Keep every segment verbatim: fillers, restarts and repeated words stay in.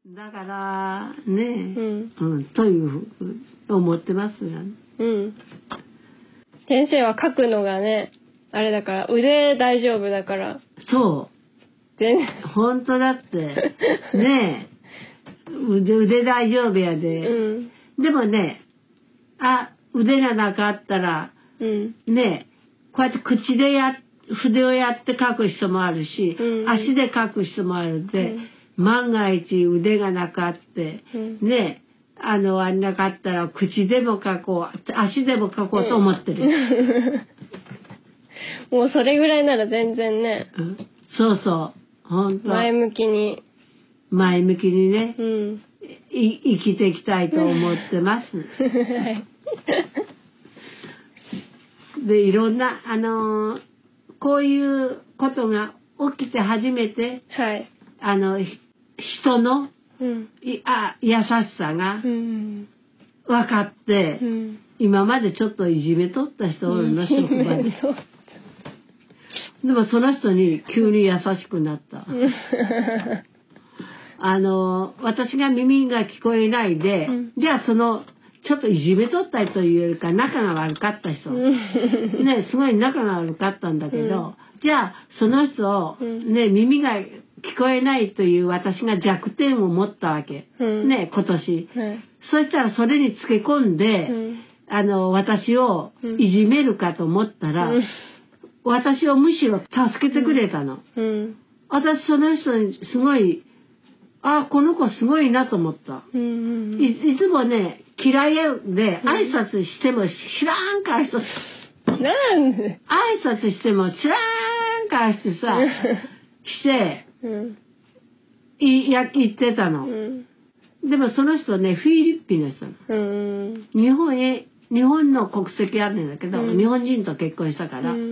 だからね、 うんうん、というふうに思ってますがね。 うん。先生は書くのがね、あれだから腕大丈夫だから。 そう。 全然。 本当だって。ねえ。腕、腕大丈夫やで。 うん。 でもね、あ、腕がなかったら、 うん。 ねえ、こうやって口でや、筆をやって書く人もあるし、 うん、 足で書く人もあるんで、 うん、 万が一腕がなかって、うん、ねえ、あの、あんなかったら口でも書こう、足でも書こうと思ってる。 うん、もうそれぐらいなら全然ね。 うん、そうそう。本当。前向きに。 前向きにね、 うん、 い生きていきたいと思ってます。はい。で、いろんな、あのー、こういうことが起きて初めて、 はい、 あの、人の、 うん、 あ優しさが分かって、うん、今までちょっといじめとった人おるの、職場で。でもその人に急に優しくなった。あの、私が耳が聞こえないで、うん、じゃあその、ちょっといじめとったというよりか仲が悪かった人。ね、すごい仲が悪かったんだけど、うん、じゃあその人を、ね、耳が聞こえないという私が弱点を持ったわけ。うん、ね、今年。うん、そしたらそれにつけ込んで、うん、あの、私をいじめるかと思ったら、うん、私をむしろ助けてくれたの。うんうん、私その人にすごい、あ、この子すごいなと思った。うんうんうん、い, いつもね、嫌いで挨拶しても知らんから人、 なんで挨拶しても知らんからしてさ、して、うん、いや言ってたの、うん。でもその人ね、フィリピンの人なの。うん、日本へ、日本の国籍あるんだけど、うん、日本人と結婚したから。うん、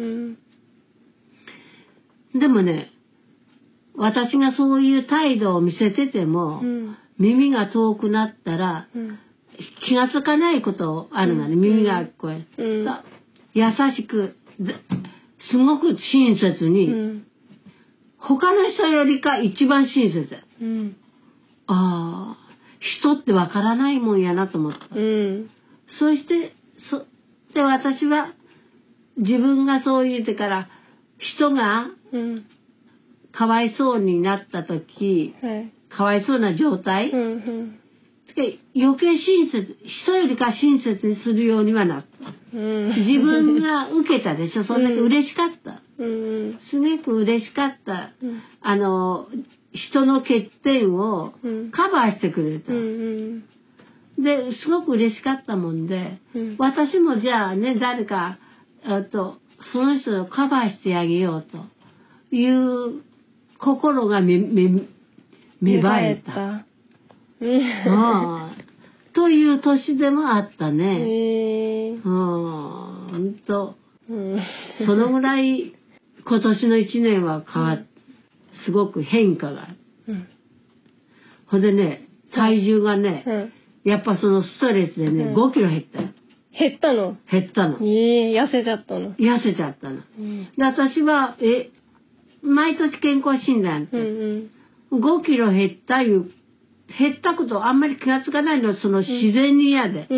でもね、私がそういう態度を見せてても、うん、耳が遠くなったら、うん、気がつかないことあるのね、うん、耳が聞こえる、うん、優しくすごく親切に、うん、他の人よりか一番親切、うん、ああ人ってわからないもんやなと思った、うん、そしてそで私は自分がそう言ってから人が、うんかわいそうになった時、はい、かわいそうな状態、うんうん、余計親切、人よりか親切にするようにはなった、うん、自分が受けたでしょ、それだけ嬉しかった、うん、すごく嬉しかった、うん、あの人の欠点をカバーしてくれた、うんうん、ですごく嬉しかったもんで、うん、私もじゃあね誰かあとその人をカバーしてあげようという心がめ、め、芽生えた。ああという年でもあったね。へほんと。うん、そのぐらい今年の一年は変わっ、うん、すごく変化がある。うん、ほんでね、体重がね、うん、やっぱそのストレスでね、うん、ごキロ減ったよ。 減ったの？ 減ったの。 ええー、痩せちゃったの？ 痩せちゃったの。うん、で私は、え、毎年健康診断って、うんうん、ごキロ減ったいう、減ったことあんまり気がつかないの、その自然に嫌で、うん、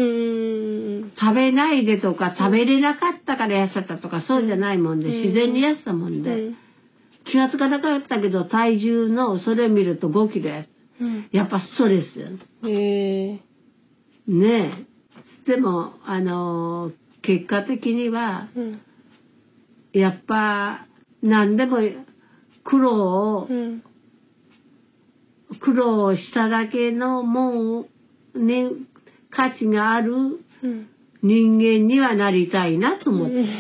食べないでとか食べれなかったから痩せたとかそうじゃないもんで、うん、自然に痩せたもんで、うん、気がつかなかったけど体重のそれを見るとごキロや、うん、やっぱストレスよ。へーねえ。でもあのー、結果的には、うん、やっぱ何でも苦労を、うん、苦労しただけのもうね価値がある人間にはなりたいなと思って、うん、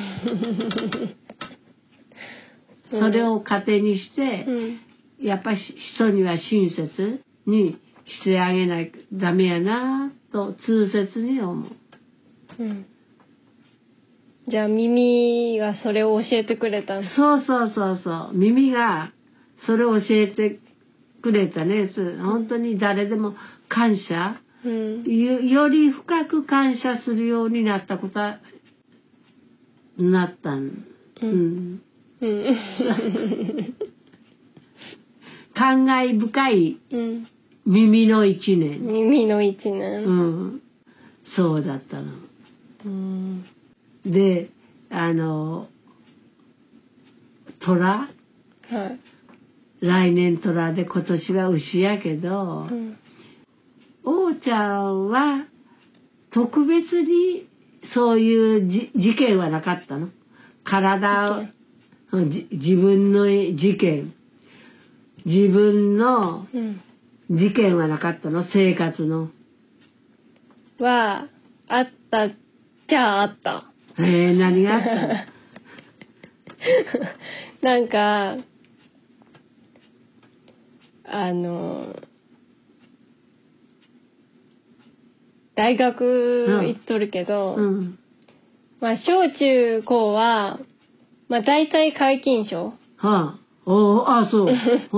それを糧にして、うん、やっぱり人には親切にしてあげないとダメやなと痛切に思う、うん、 じゃあ耳がそれを教えてくれた。 そうそうそうそう、耳がそれを教えてくれたね。本当に誰でも感謝、うん、よ, より深く感謝するようになったことはなったん、うんうん、感慨深い耳の一年。 耳の一年。 うん。そうだったの。 うん、 で、あの、虎、 はい、 来年虎で今年は牛やけど、うん、王ちゃんは特別にそういうじ事件はなかったの？体を、じ自分の事件、自分の事件はなかったの？生活の。 は、あったっちゃあった。 えー、何があったの？ なんか、あの、大学行っとるけど、うんうん、まあ、小中高は、まあ、大体皆勤賞。 はあ、おあ、そう。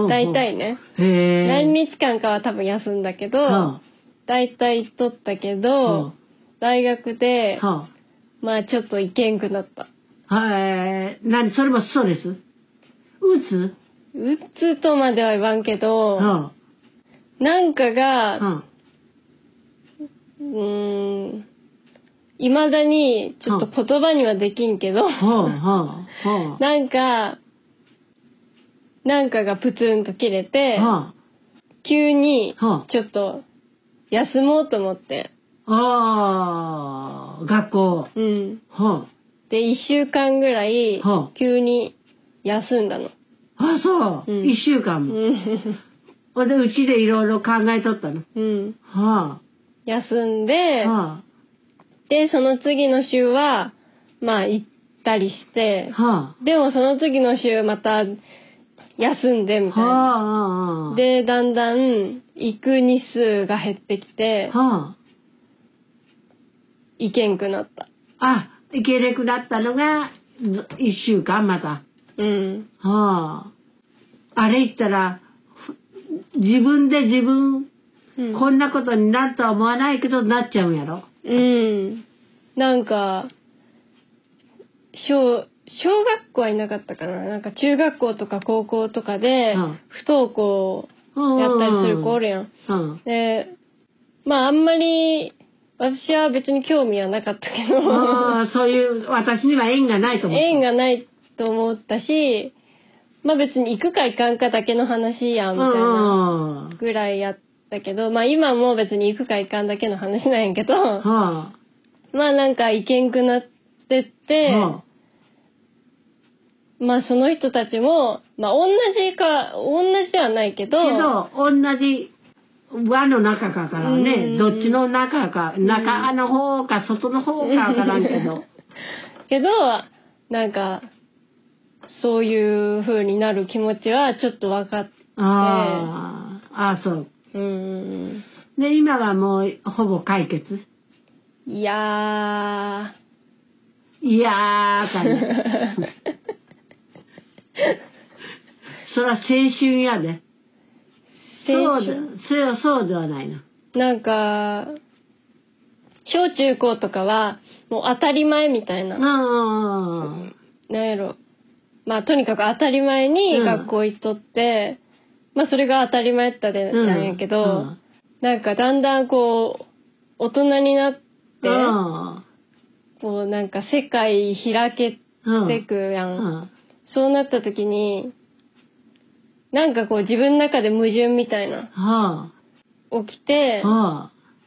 大体ね。 へ何日間かは多分休んだけど、はあ、大体行っとったけど、はあ、大学で、はあ、まあちょっと行けんくなった。 はい。何それもストレス？うつ？ うつとまでは言わんけど、はあ、なんかが、はあ、うーん、未だにちょっと言葉にはできんけど、はあはあはあ、なんか、なんかがプツンと切れて、はあ、急にちょっと休もうと思って。 ああ、学校。 うん。はあ、で、一週間ぐらい急に休んだの。 ああ、そう。うん、一週間も。ほんで、うちでいろいろ考えとったの。うん。はあ。休んで、はあ、 で、その次の週は、まあ行ったりして、はあ、でもその次の週また休んでみたいな。はあ、で、だんだん行く日数が減ってきて、はあ、行けんくなった。 あ、行けなくなったのが一週間また。うん。はあ。あれ言ったら、自分で自分、うん、こんなことになるとは思わないけどなっちゃうんやろ。 うん。なんか、小、小学校はいなかったかな。なんか中学校とか高校とかで不登校やったりする子おるやん。うん、で、まああんまり私は別に興味はなかったけど。 あそういう私には縁がないと思った。 縁がないと思ったし、まあ別に行くか行かんかだけの話やんみたいなぐらいやったけど、まあ今も別に行くか行かんだけの話なんやけど、はあ、まあなんか行けんくなってって、はあ、まあその人たちも、まあ同じか、同じではないけど、 けど同じ輪の中かからね、どっちの中か、中の方か外の方かわからんけど。 けど、なんか、そういう風になる気持ちはちょっと分かって。 ああ、そう。うん。で、今はもうほぼ解決？ いやー。いやーかね。そら青春やで。そうで、そう、そうではないの。 なんか、小中高とかは、もう当たり前みたいな。なんやろ。まあ、とにかく当たり前に学校行っとって、うん、まあ、それが当たり前だったで、なんやけど、うんうん、なんかだんだんこう、大人になって、こうなんか世界開けてくやん。うんうん、そうなった時に、なんかこう自分の中で矛盾みたいな、はあ、起きて、はあ、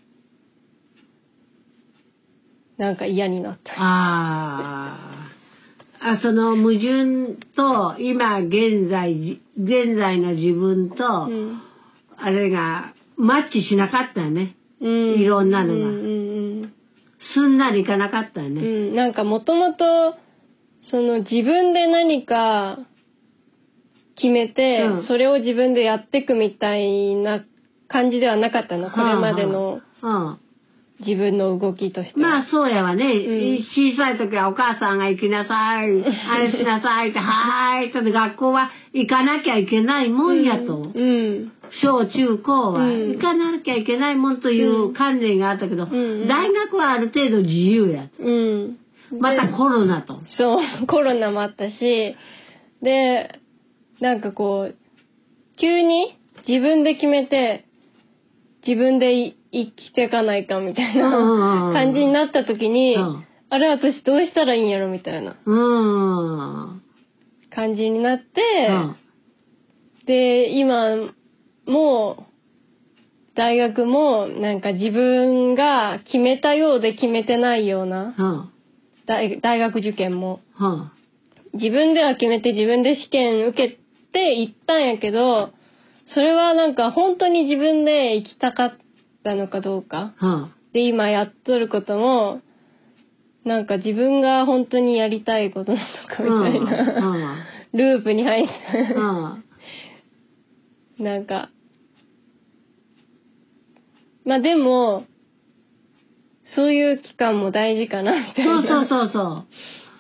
なんか嫌になった。 ああ、その矛盾と今現在現在の自分と、うん、あれがマッチしなかったよね。うん、いろんなのが、うんうんうん、すんなりいかなかったよね。 うん、なんかもともとその自分で何か決めて、うん、それを自分でやっていくみたいな感じではなかったの、これまでの自分の動きとしては。 まあそうやわね、うん、小さい時はお母さんが行きなさい、あれしなさいって、はーいって学校は行かなきゃいけないもんやと。うんうん、小中高は行かなきゃいけないもんという観念があったけど、うんうん、大学はある程度自由やと。うん、またコロナと。 そう、コロナもあったし、で、なんかこう、急に自分で決めて、 自分で生きていかないかみたいな感じになった時に、うん、あれ私どうしたらいいんやろみたいな感じになって、うん、で今も大学もなんか自分が決めたようで決めてないような、うん、大, 大学受験も、うん、自分では決めて自分で試験受けて行ったんやけど、それはなんか本当に自分で行きたかったのかどうか、うん、で今やっとることもなんか自分が本当にやりたいことなのかみたいな、うんうん、ループに入って、うん、なんかまあでもそういう期間も大事かなみたいな。 そうそうそうそう。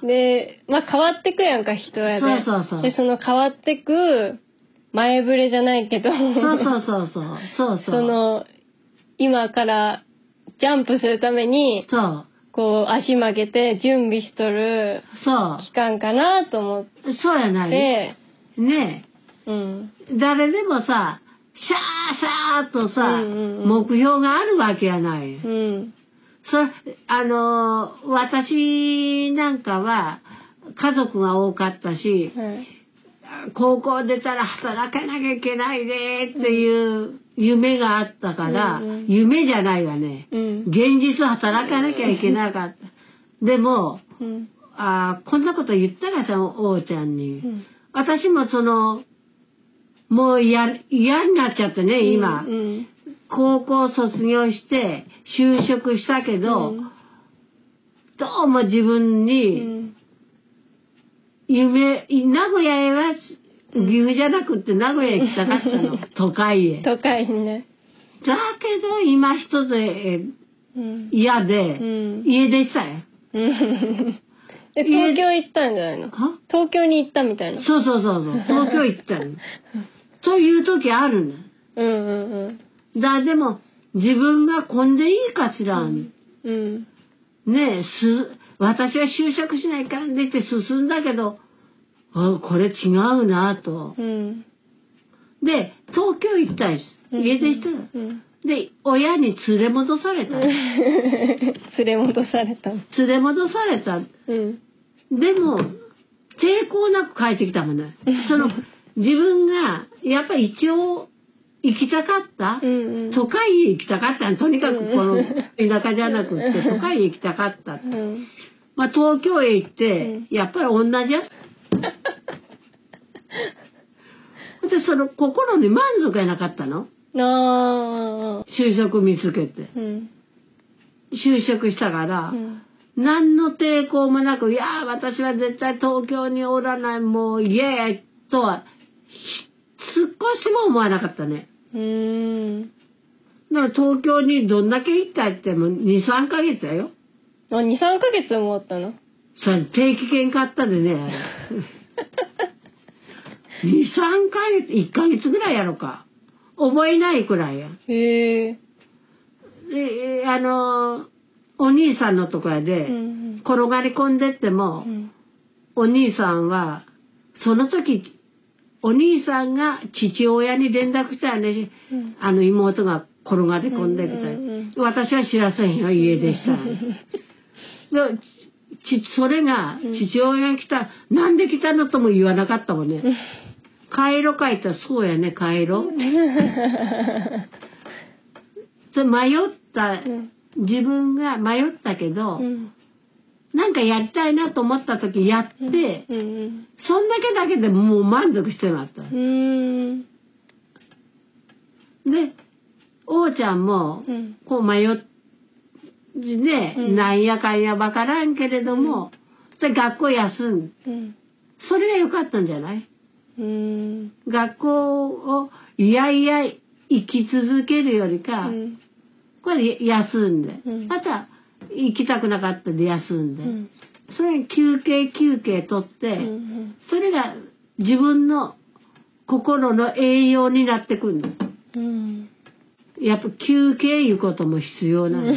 で、まあ変わってくやんか人やで。 そうそうそう。 でその変わってく前触れじゃないけど。そうそうそうそう。そうそう。 その今からジャンプするために、そう。こう足曲げて準備しとる期間かなと思って。 そうやない。ねえ。うん。 誰でもさ、シャーシャーっとさ、うんうんうん、目標があるわけやない。うん。そあのー、私なんかは家族が多かったし、はい、高校出たら働かなきゃいけないねっていう夢があったから、うんうん、夢じゃないわね、うん、現実働かなきゃいけなかった。でも、うん、あこんなこと言ったらさ、王ちゃんに、うん、私もそのもう嫌になっちゃってね今、うんうん、高校卒業して就職したけど、うん、どうも自分に夢、名古屋へは岐阜じゃなくって名古屋へ行きたかったの都会へ。 都会にね。 だけど今一つ嫌で、うん、家出したよ。 で東京行ったんじゃないの？東京に行ったみたいな。 そうそうそうそう。東京行ったの。という時あるの。 うんうんうん。だでも自分が混んでいいかしら、うん、うん、ねえす私は就職しないかんでって進んだけど、あこれ違うなと、うん、で東京行ったり家出したら、うんうん、で親に連れ戻された連れ戻された連れ戻された、うん、でも抵抗なく帰ってきたもんねその自分がやっぱり一応行きたかった、うんうん、都会へ行きたかったとにかくこの田舎じゃなくって都会へ行きたかった、うん、まあ東京へ行って、うん、やっぱり同じやでその心に満足やなかったのあ就職見つけて、うん、就職したから、うん、何の抵抗もなくいや私は絶対東京におらないもうイエーイとは少しも思わなかったね。うーん。だから東京にどんだけ行ったってもに、さんかげつだよ。 あ、に、さんかげつもあったの？ それ定期券買ったでね、あれ。に、さんかげつ、いっかげつぐらいやろか。覚えないくらいや。へえ。で、あの、お兄さんのとこやで、うんうん、転がり込んでっても、うん、お兄さんは、その時、お兄さんが父親に連絡したらね、うん、あの妹が転がり込んできた、うんうんうん、私は知らせんよ家でしたでそれが父親が来た、うん、なんで来たのとも言わなかったもんね、うん、帰ろかいったらそうやね帰ろで迷った、うん、自分が迷ったけど、うんなんかやりたいなと思った時やって、うんうんうん、そんだけだけでもう満足してなかった。うーんで、王ちゃんもこう迷ってね、うん、なんやかんやわからんけれども、うん、で学校休ん、うん、それが良かったんじゃない？うーん学校をいやいや生き続けるよりか、うん、これ休んで、うん、また行きたくなかったで休んで、うん、それ休憩休憩取って、うんうん、それが自分の心の栄養になってくるの、うん、やっぱ休憩いうことも必要なの、うん、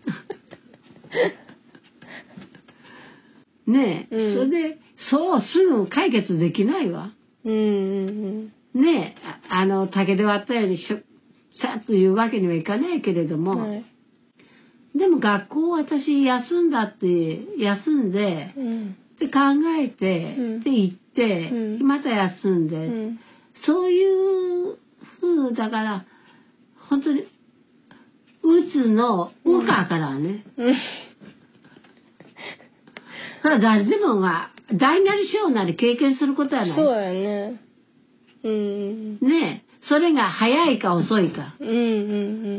ねえ、うん、それでそうすぐ解決できないわ、うんうんうん、ねえあの竹で割ったようにしょさっというわけにはいかないけれども、 はい、 でも学校私休んだって休んで、 うん、 で考えて、うん、で行って、うん、また休んで、うん、そういう風だから本当にうつのうかからね、うん、それは誰でもが大なり小なり経験することはない。 そうやね。うん、 ねえ、それが早いか遅いか、 うんうんうん、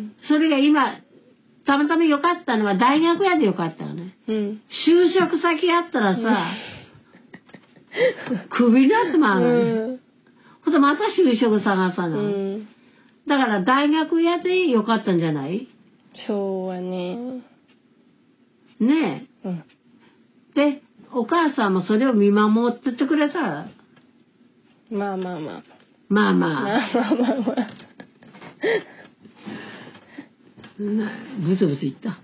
それが今たまたま良かったのは大学やで良かったよね、うん、就職先やったらさ、うん、クビになってまうのね、うん、ほんとまた就職探さな、うん、だから大学やで良かったんじゃない？ そうやね。 ねえ、うん、でお母さんもそれを見守っててくれたら、 まあまあまあまあまあまあまあまあまあブツブツ言った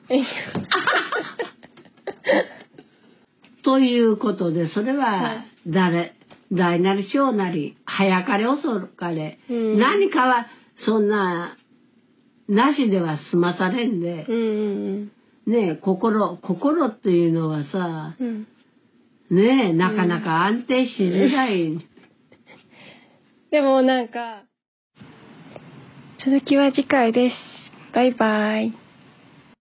ということで、それは誰、大なり小なり早かれ遅かれ、うん、何かはそんななしでは済まされんで、うんうんうん、ねえ、心心っていうのはさ、うん、ねえ、なかなか安定しづらい、うん、 でもなんか続きは次回です。バイバイ。